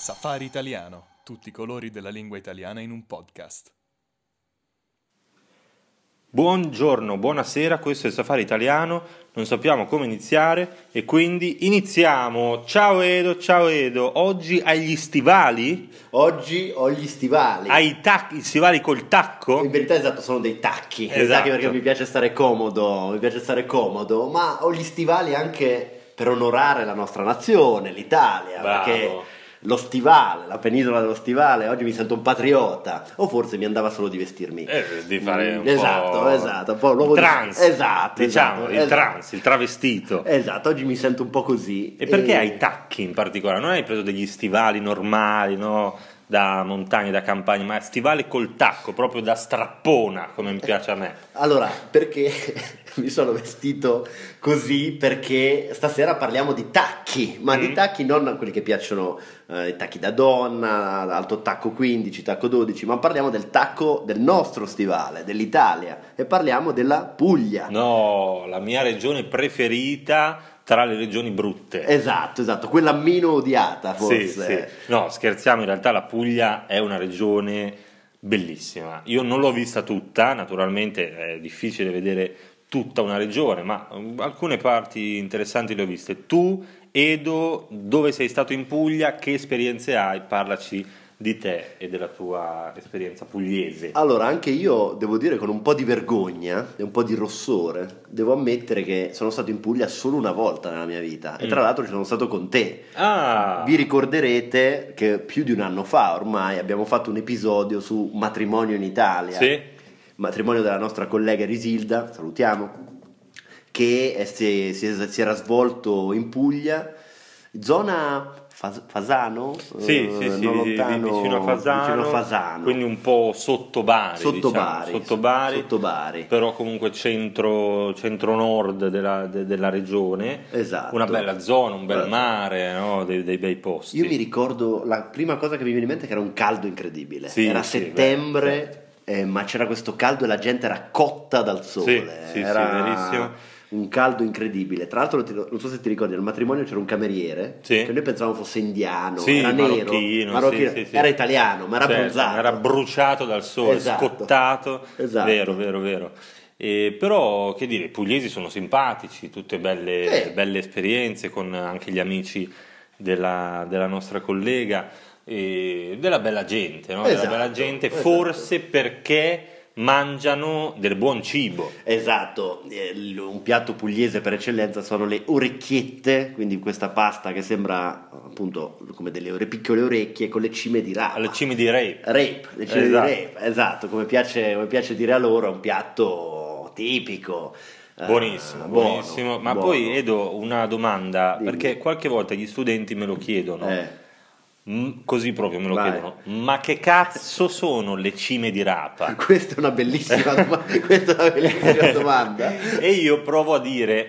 Safari Italiano, tutti i colori della lingua italiana in un podcast. Buongiorno, buonasera, questo è Safari Italiano, non sappiamo come iniziare e quindi iniziamo. Ciao Edo, oggi hai gli stivali? Oggi ho gli stivali. Hai i stivali col tacco? In verità esatto, sono dei tacchi, Esatto. perché mi piace stare comodo, ma ho gli stivali anche per onorare la nostra nazione, l'Italia, Bravo. Perché lo stivale, la penisola dello stivale, oggi mi sento un patriota, o forse mi andava solo di vestirmi. Di fare un esatto, un po' l'uomo trans, esatto, diciamo, il trans, il travestito. Esatto, oggi mi sento un po' così. E perché hai i tacchi in particolare? Non hai preso degli stivali normali, no? Da montagne, da campagne, ma stivali col tacco, proprio da strappona, come mi piace a me. Allora, perché mi sono vestito così? Perché stasera parliamo di tacchi, ma di tacchi non quelli che piacciono, i tacchi da donna, alto tacco 15, tacco 12, ma parliamo del tacco del nostro stivale, dell'Italia, e parliamo della Puglia. No, la mia regione preferita tra le regioni brutte. Esatto, quella meno odiata forse. Sì. No, scherziamo, in realtà la Puglia è una regione bellissima. Io non l'ho vista tutta, naturalmente è difficile vedere tutta una regione, ma alcune parti interessanti le ho viste. Tu, Edo, dove sei stato in Puglia? Che esperienze hai? Parlaci di te e della tua esperienza pugliese. Allora, anche io devo dire con un po' di vergogna e un po' di rossore, devo ammettere che sono stato in Puglia solo una volta nella mia vita e tra l'altro ci sono stato con te. Vi ricorderete che più di un anno fa ormai abbiamo fatto un episodio su matrimonio in Italia. Sì. Matrimonio della nostra collega Erisilda, salutiamo, che si era svolto in Puglia, zona Fasano? Sì, non lontano, vicino a Fasano, quindi un po' sotto Bari, sotto Bari, però comunque centro-nord della regione, esatto. Una bella zona, un bel mare, no? dei bei posti. Io mi ricordo, la prima cosa che mi viene in mente è che era un caldo incredibile, era settembre. Ma c'era questo caldo e la gente era cotta dal sole, era verissimo. Un caldo incredibile. Tra l'altro non so se ti ricordi, al matrimonio c'era un cameriere che noi pensavamo fosse indiano, era nero, marocchino. Era italiano, ma era bronzato, era bruciato dal sole, scottato. Esatto. Vero. Però che dire, i pugliesi sono simpatici, tutte belle esperienze con anche gli amici della nostra collega. E della bella gente, no? Della bella gente, forse perché mangiano del buon cibo. Esatto, un piatto pugliese per eccellenza sono le orecchiette, quindi questa pasta che sembra appunto come delle piccole orecchie con le cime di rapa. Le cime di rape. Le cime di rape, esatto, come piace dire a loro, è un piatto tipico. Buonissimo. Ma buono. Poi Edo, una domanda, Dimmi. perché qualche volta gli studenti me lo chiedono. Così proprio me lo chiedono, ma che cazzo sono le cime di rapa? Questa è una bellissima domanda. E io provo a dire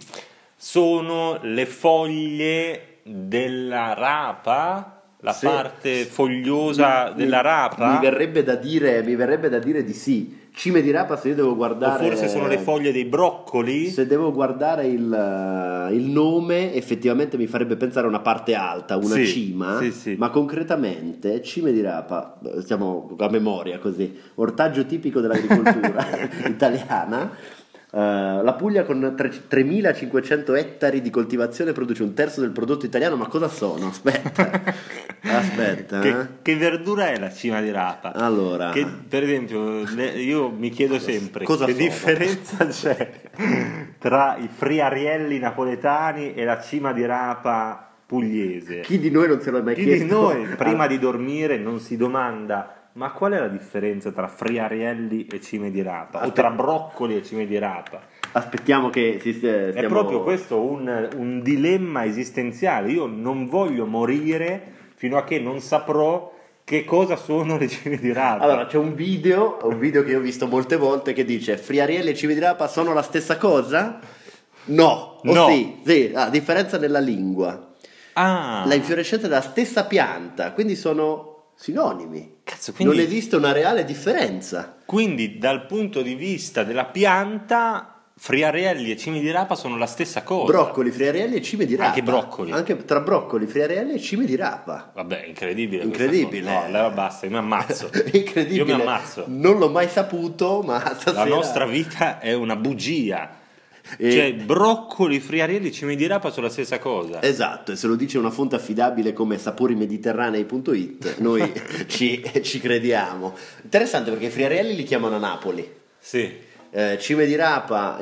sono le foglie della rapa, la parte fogliosa della rapa. Mi verrebbe da dire di sì. Cime di rapa, se io devo guardare, o forse sono le foglie dei broccoli. Se devo guardare il nome, effettivamente mi farebbe pensare a una parte alta, una cima. Sì. Ma concretamente cime di rapa, stiamo a memoria così, ortaggio tipico dell'agricoltura italiana. La Puglia con 3.500 ettari di coltivazione produce un terzo del prodotto italiano. Ma cosa sono? Aspetta. Che verdura è la cima di rapa? Allora, che, per esempio, io mi chiedo sempre cosa che sono? differenza c'è tra i friarielli napoletani e la cima di rapa pugliese. Chi di noi non se l'ha mai chiesto? Chi di noi prima di dormire non si domanda: ma qual è la differenza tra friarielli e cime di rapa? O tra broccoli e cime di rapa? Aspettiamo che È proprio questo un dilemma esistenziale. Io non voglio morire fino a che non saprò che cosa sono le cime di rapa. Allora, c'è un video che io ho visto molte volte che dice: friarielli e cime di rapa sono la stessa cosa? No. Sì, differenza nella lingua. La infiorescenza della stessa pianta, quindi sono sinonimi. Cazzo, quindi non esiste una reale differenza. Quindi dal punto di vista della pianta Friarelli e cime di rapa sono la stessa cosa. Broccoli, friarelli e cime di rapa. Anche broccoli. Anche tra broccoli, friarelli e cime di rapa. Vabbè, incredibile. Incredibile. No, allora basta, io mi ammazzo. Incredibile. Io mi ammazzo. Non l'ho mai saputo, ma stasera... La nostra vita è una bugia. E- Cioè, broccoli, friarelli, cime di rapa sono la stessa cosa. Esatto, e se lo dice una fonte affidabile come saporimediterranei.it, noi ci crediamo. Interessante perché i friarelli li chiamano a Napoli. Sì. Cime di rapa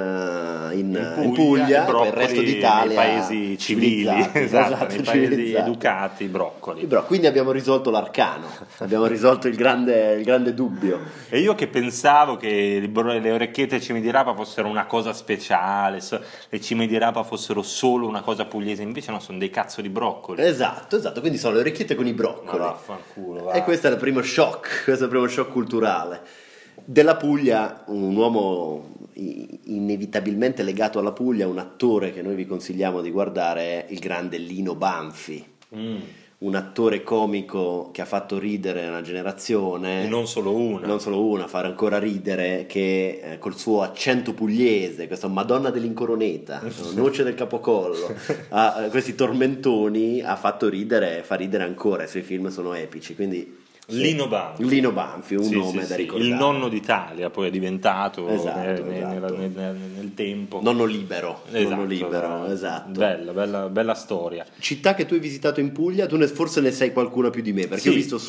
in Puglia, e e poi il resto d'Italia nei paesi civili, esatto, nei paesi civilizzati. educati, broccoli. Quindi abbiamo risolto l'arcano, abbiamo risolto il grande dubbio. E io che pensavo che le orecchiette e cime di rapa fossero una cosa speciale, le cime di rapa fossero solo una cosa pugliese, invece no, sono dei cazzo di broccoli. Esatto, quindi sono le orecchiette con i Ma broccoli. vaffanculo, va. E questo è il primo shock culturale. Della Puglia, un uomo inevitabilmente legato alla Puglia, un attore che noi vi consigliamo di guardare, è il grande Lino Banfi. Un attore comico che ha fatto ridere una generazione. E non solo una. Fare ancora ridere, che col suo accento pugliese, questa Madonna dell'Incoroneta, Noce del Capocollo, questi tormentoni, ha fatto ridere, fa ridere ancora, i suoi film sono epici, quindi... Lino Banfi, un nome da ricordare. Il nonno d'Italia poi è diventato Esatto. nel tempo. Nonno libero, Esatto. esatto. Bella storia. Città che tu hai visitato in Puglia, tu forse ne sai qualcuna più di me, perché Sì. ho visto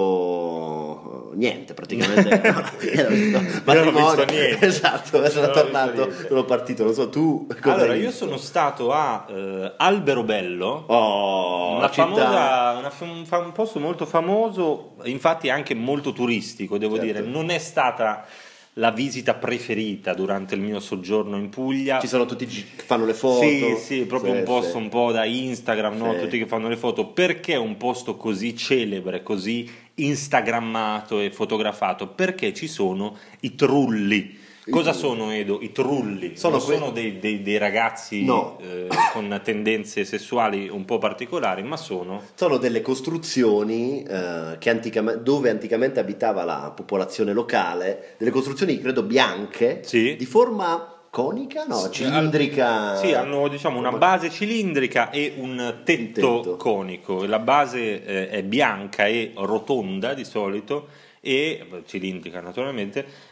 solo niente praticamente. Io non ho visto niente. Esatto, sono Non ho tornato, visto niente. sono partito, non so tu. cosa Allora, hai io visto? sono stato a Alberobello, una città... un posto molto famoso, infatti anche molto turistico, devo Certo. dire. Non è stata la visita preferita durante il mio soggiorno in Puglia. Ci sono tutti che fanno le foto. Sì, proprio Sì, un posto sì. un po' da Instagram, no? Sì. Tutti che fanno le foto. Perché è un posto così celebre, così instagrammato e fotografato? Perché ci sono i trulli. Cosa sono, Edo? I trulli? Sono Sono dei ragazzi No. con tendenze sessuali un po' particolari, ma sono... Sono delle costruzioni dove anticamente abitava la popolazione locale, delle costruzioni credo bianche, Sì. di forma conica, no, cilindrica. Sì, hanno diciamo una base cilindrica e un tetto conico. La base è bianca e rotonda di solito, e cilindrica naturalmente,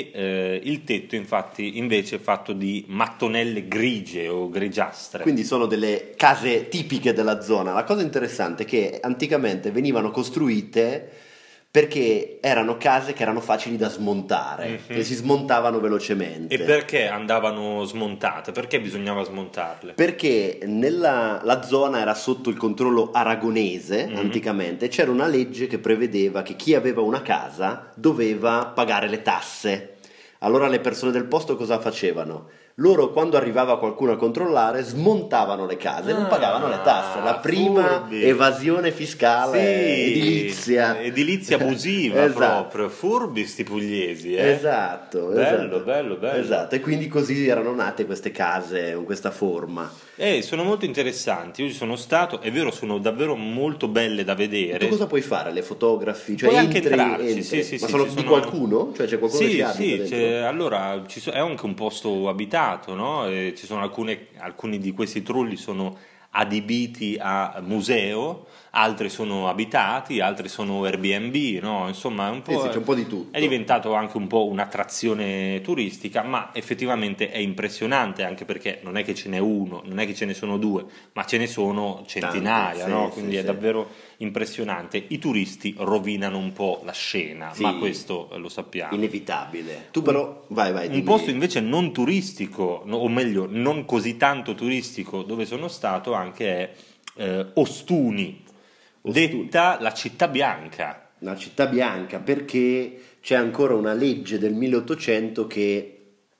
e il tetto infatti invece è fatto di mattonelle grigie o grigiastre. Quindi sono delle case tipiche della zona. La cosa interessante è che anticamente venivano costruite perché erano case che erano facili da smontare, che si smontavano velocemente. E perché andavano smontate? Perché bisognava smontarle? Perché la zona era sotto il controllo aragonese anticamente, e c'era una legge che prevedeva che chi aveva una casa doveva pagare le tasse. Allora le persone del posto cosa facevano? Loro, quando arrivava qualcuno a controllare, smontavano le case e non pagavano le tasse. La prima furbi. evasione fiscale edilizia. Edilizia abusiva. Esatto. Proprio. Furbi sti pugliesi, Esatto, Bello. Esatto, e quindi così erano nate queste case con questa forma. Sono molto interessanti. Io ci sono stato, è vero, sono davvero molto belle da vedere. Tu cosa puoi fare? Le fotografi? Cioè Puoi anche entri. entrarci, sì, Ma sì, sono ci di sono- qualcuno? Cioè c'è qualcuno che abita dentro? Allora è anche un posto abitato, no? E ci sono alcuni di questi trulli sono adibiti a museo, altri sono abitati, altri sono Airbnb, no? Insomma, Sì, c'è un po' di tutto. è diventato anche un po' un'attrazione turistica, ma effettivamente è impressionante, anche perché non è che ce n'è uno, non è che ce ne sono due, ma ce ne sono centinaia, Tante, no? sì, Quindi sì, è sì. davvero impressionante. I turisti rovinano un po' la scena, Sì. ma questo lo sappiamo. Inevitabile. Tu però vai, Un dimmi. posto invece non turistico, o meglio, non così tanto turistico, dove sono stato anche è Ostuni, detta la città bianca. La città bianca, perché c'è ancora una legge del 1800 che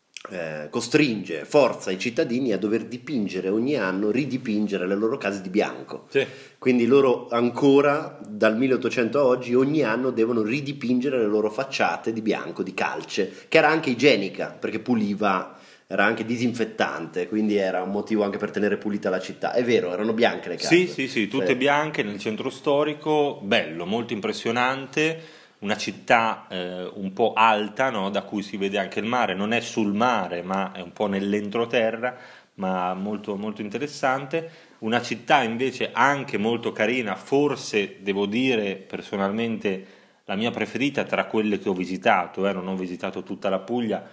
costringe, forza i cittadini a dover dipingere ogni anno, ridipingere le loro case di bianco. Sì. Quindi loro ancora dal 1800 a oggi ogni anno devono ridipingere le loro facciate di bianco, di calce, che era anche igienica perché puliva, era anche disinfettante, quindi era un motivo anche per tenere pulita la città. È vero, erano bianche le case. Sì, tutte bianche nel centro storico, bello, molto impressionante. una città un po' alta, no? Da cui si vede anche il mare, non è sul mare ma è un po' nell'entroterra, ma molto, molto interessante. Una città invece anche molto carina, forse devo dire personalmente la mia preferita tra quelle che ho visitato, non ho visitato tutta la Puglia,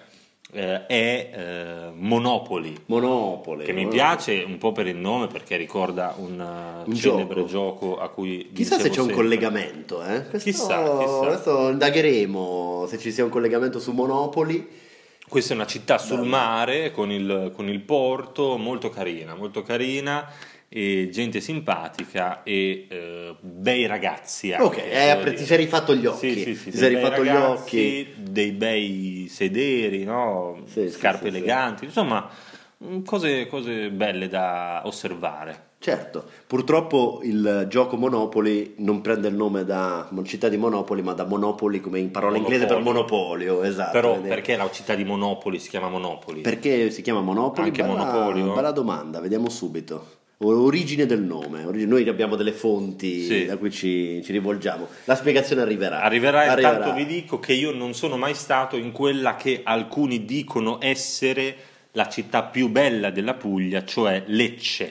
è Monopoli, che mi piace un po' per il nome, perché ricorda un celebre gioco a cui chissà se c'è un collegamento, chissà. Questo indagheremo se ci sia un collegamento su Monopoli. Questa è una città sul mare con il porto, molto carina, e gente simpatica e bei ragazzi anche, ti sei rifatto gli occhi, sì, ti sei rifatto ragazzi, gli occhi, dei bei sederi, no? Scarpe eleganti, insomma cose belle da osservare. Certo, purtroppo il gioco Monopoli non prende il nome da città di Monopoli, ma da Monopoli come in parola inglese per monopolio, esatto. Però perché la città di Monopoli si chiama Monopoli? Perché si chiama Monopoli? Anche Monopolio? Bella domanda, vediamo subito. Origine del nome. Noi abbiamo delle fonti da cui ci rivolgiamo. La spiegazione arriverà. Intanto vi dico che io non sono mai stato in quella che alcuni dicono essere la città più bella della Puglia, cioè Lecce.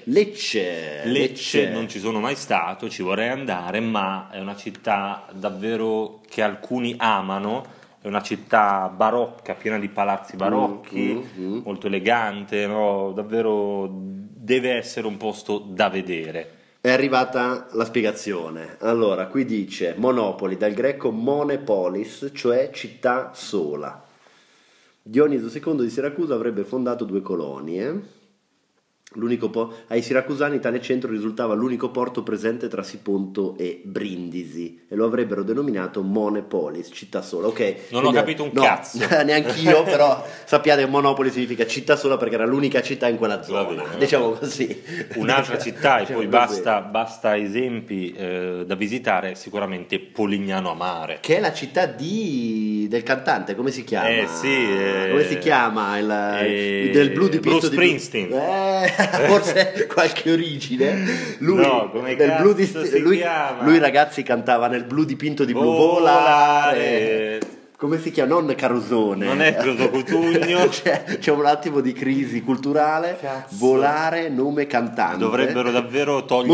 Lecce non ci sono mai stato, ci vorrei andare, ma è una città davvero che alcuni amano. È una città barocca, piena di palazzi barocchi, molto elegante, no? Davvero deve essere un posto da vedere. È arrivata la spiegazione. Allora, qui dice Monopoli, dal greco monepolis, cioè città sola. Dioniso II di Siracusa avrebbe fondato 2 colonie. Ai siracusani tale centro risultava l'unico porto presente tra Siponto e Brindisi e lo avrebbero denominato Monepolis, città sola. Non ho capito un cazzo. Neanch'io, però sappiate che Monopoli significa città sola perché era l'unica città in quella zona, diciamo così. Un'altra città, e poi basta esempi da visitare, sicuramente Polignano a Mare, che è la città del cantante, come si chiama? Come si chiama? Del blu dipinto Bruce Springsteen. Forse qualche origine. Lui, lui ragazzi cantava nel blu dipinto di blu, volare. Come si chiama? Non Carusone. Non è Croto Cutugno. C'è un attimo di crisi culturale. Cazzo. Volare, nome cantante. Dovrebbero davvero toglierci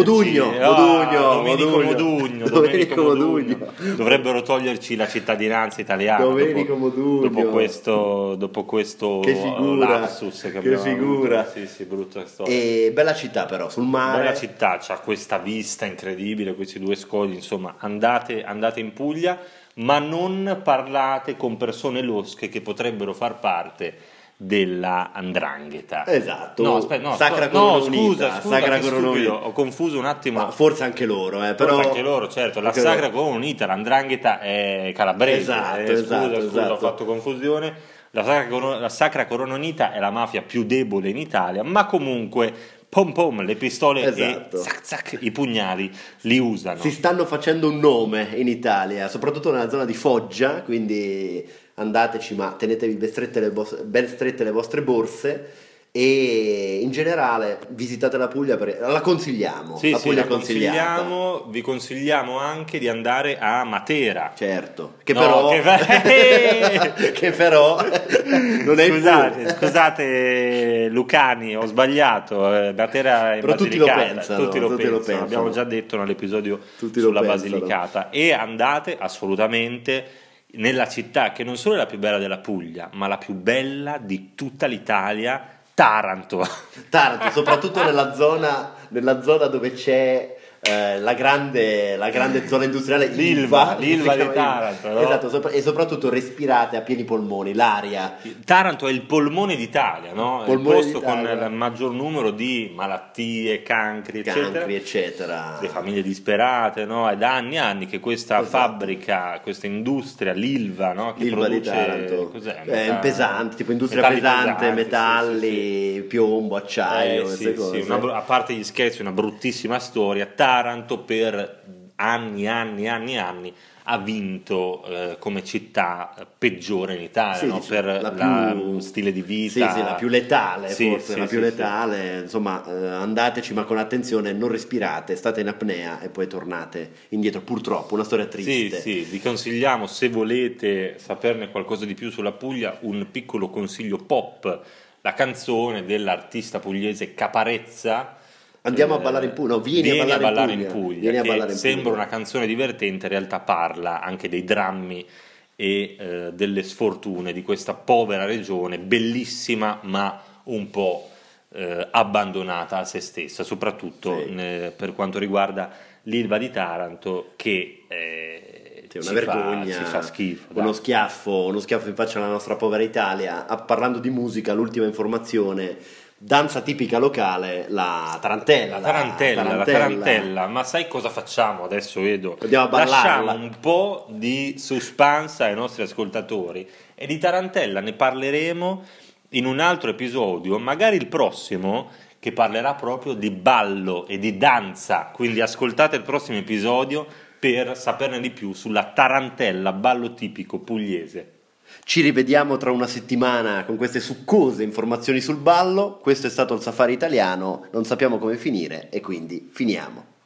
Domenico Modugno. Dovrebbero toglierci la cittadinanza italiana Domenico Modugno. dopo questo che figura, lapsus che abbiamo figura. Avuto. Sì, brutta storia. E bella città però, sul mare. Bella città, c'ha questa vista incredibile, questi 2 scogli, insomma, andate in Puglia, ma non parlate con persone losche che potrebbero far parte della 'ndrangheta. Esatto. Sacra Corona Unita. Ho confuso un attimo. Ma forse anche loro, però. Forse anche loro, certo. La Sacra Corona Unita, la 'ndrangheta è calabrese. Scusa, ho fatto confusione. La Sacra Corona Unita è la mafia più debole in Italia, ma comunque pom pom, le pistole e zac zac, i pugnali li usano. Si stanno facendo un nome in Italia, soprattutto nella zona di Foggia, quindi andateci, ma tenetevi ben strette le vostre borse. E in generale visitate la Puglia, la consigliamo. La consigliamo. Vi consigliamo anche di andare a Matera. Certo, che però non è scusate Lucani, ho sbagliato. Matera è però Basilicata. Tutti lo pensano. L'abbiamo già detto nell'episodio sulla Basilicata. E andate assolutamente nella città che non solo è la più bella della Puglia, ma la più bella di tutta l'Italia, Taranto, soprattutto nella zona dove c'è la grande zona industriale l'Ilva di Taranto, no? Esatto, e soprattutto respirate a pieni polmoni l'aria. Taranto è il polmone d'Italia, no? È il posto con il maggior numero di malattie, cancri eccetera. Le famiglie disperate, no? È da anni e anni che questa fabbrica, questa industria, l'Ilva, no? Che l'Ilva produce, di Taranto cos'è? Pesante, tipo industria pesante, metalli, piombo, acciaio, queste cose. A parte gli scherzi, una bruttissima storia. Taranto per anni ha vinto come città peggiore in Italia, Sì, no? diciamo, Per lo stile di vita. Sì, la più letale, Sì, forse, sì, la più sì, letale. Insomma, andateci, ma con attenzione, non respirate, state in apnea e poi tornate indietro. Purtroppo, una storia triste. Sì, vi consigliamo, se volete saperne qualcosa di più sulla Puglia, un piccolo consiglio pop, la canzone dell'artista pugliese Caparezza. Andiamo a ballare in Puglia, no, vieni a ballare in Puglia, vieni a che ballare in sembra Puglia. una canzone divertente, in realtà parla anche dei drammi e delle sfortune di questa povera regione, bellissima ma un po' abbandonata a se stessa, soprattutto Sì. per quanto riguarda l'Ilva di Taranto, che Sì, una vergogna, ci fa schifo. uno dai. schiaffo in faccia alla nostra povera Italia. Parlando di musica, l'ultima informazione, danza tipica locale, la tarantella. La tarantella, ma sai cosa facciamo adesso, Edo? Andiamo a ballarla. Lasciamo un po' di suspense ai nostri ascoltatori e di tarantella ne parleremo in un altro episodio, magari il prossimo, che parlerà proprio di ballo e di danza, quindi ascoltate il prossimo episodio per saperne di più sulla tarantella, ballo tipico pugliese. Ci rivediamo tra una settimana con queste succose informazioni sul ballo. Questo è stato il Safari Italiano, non sappiamo come finire e quindi finiamo.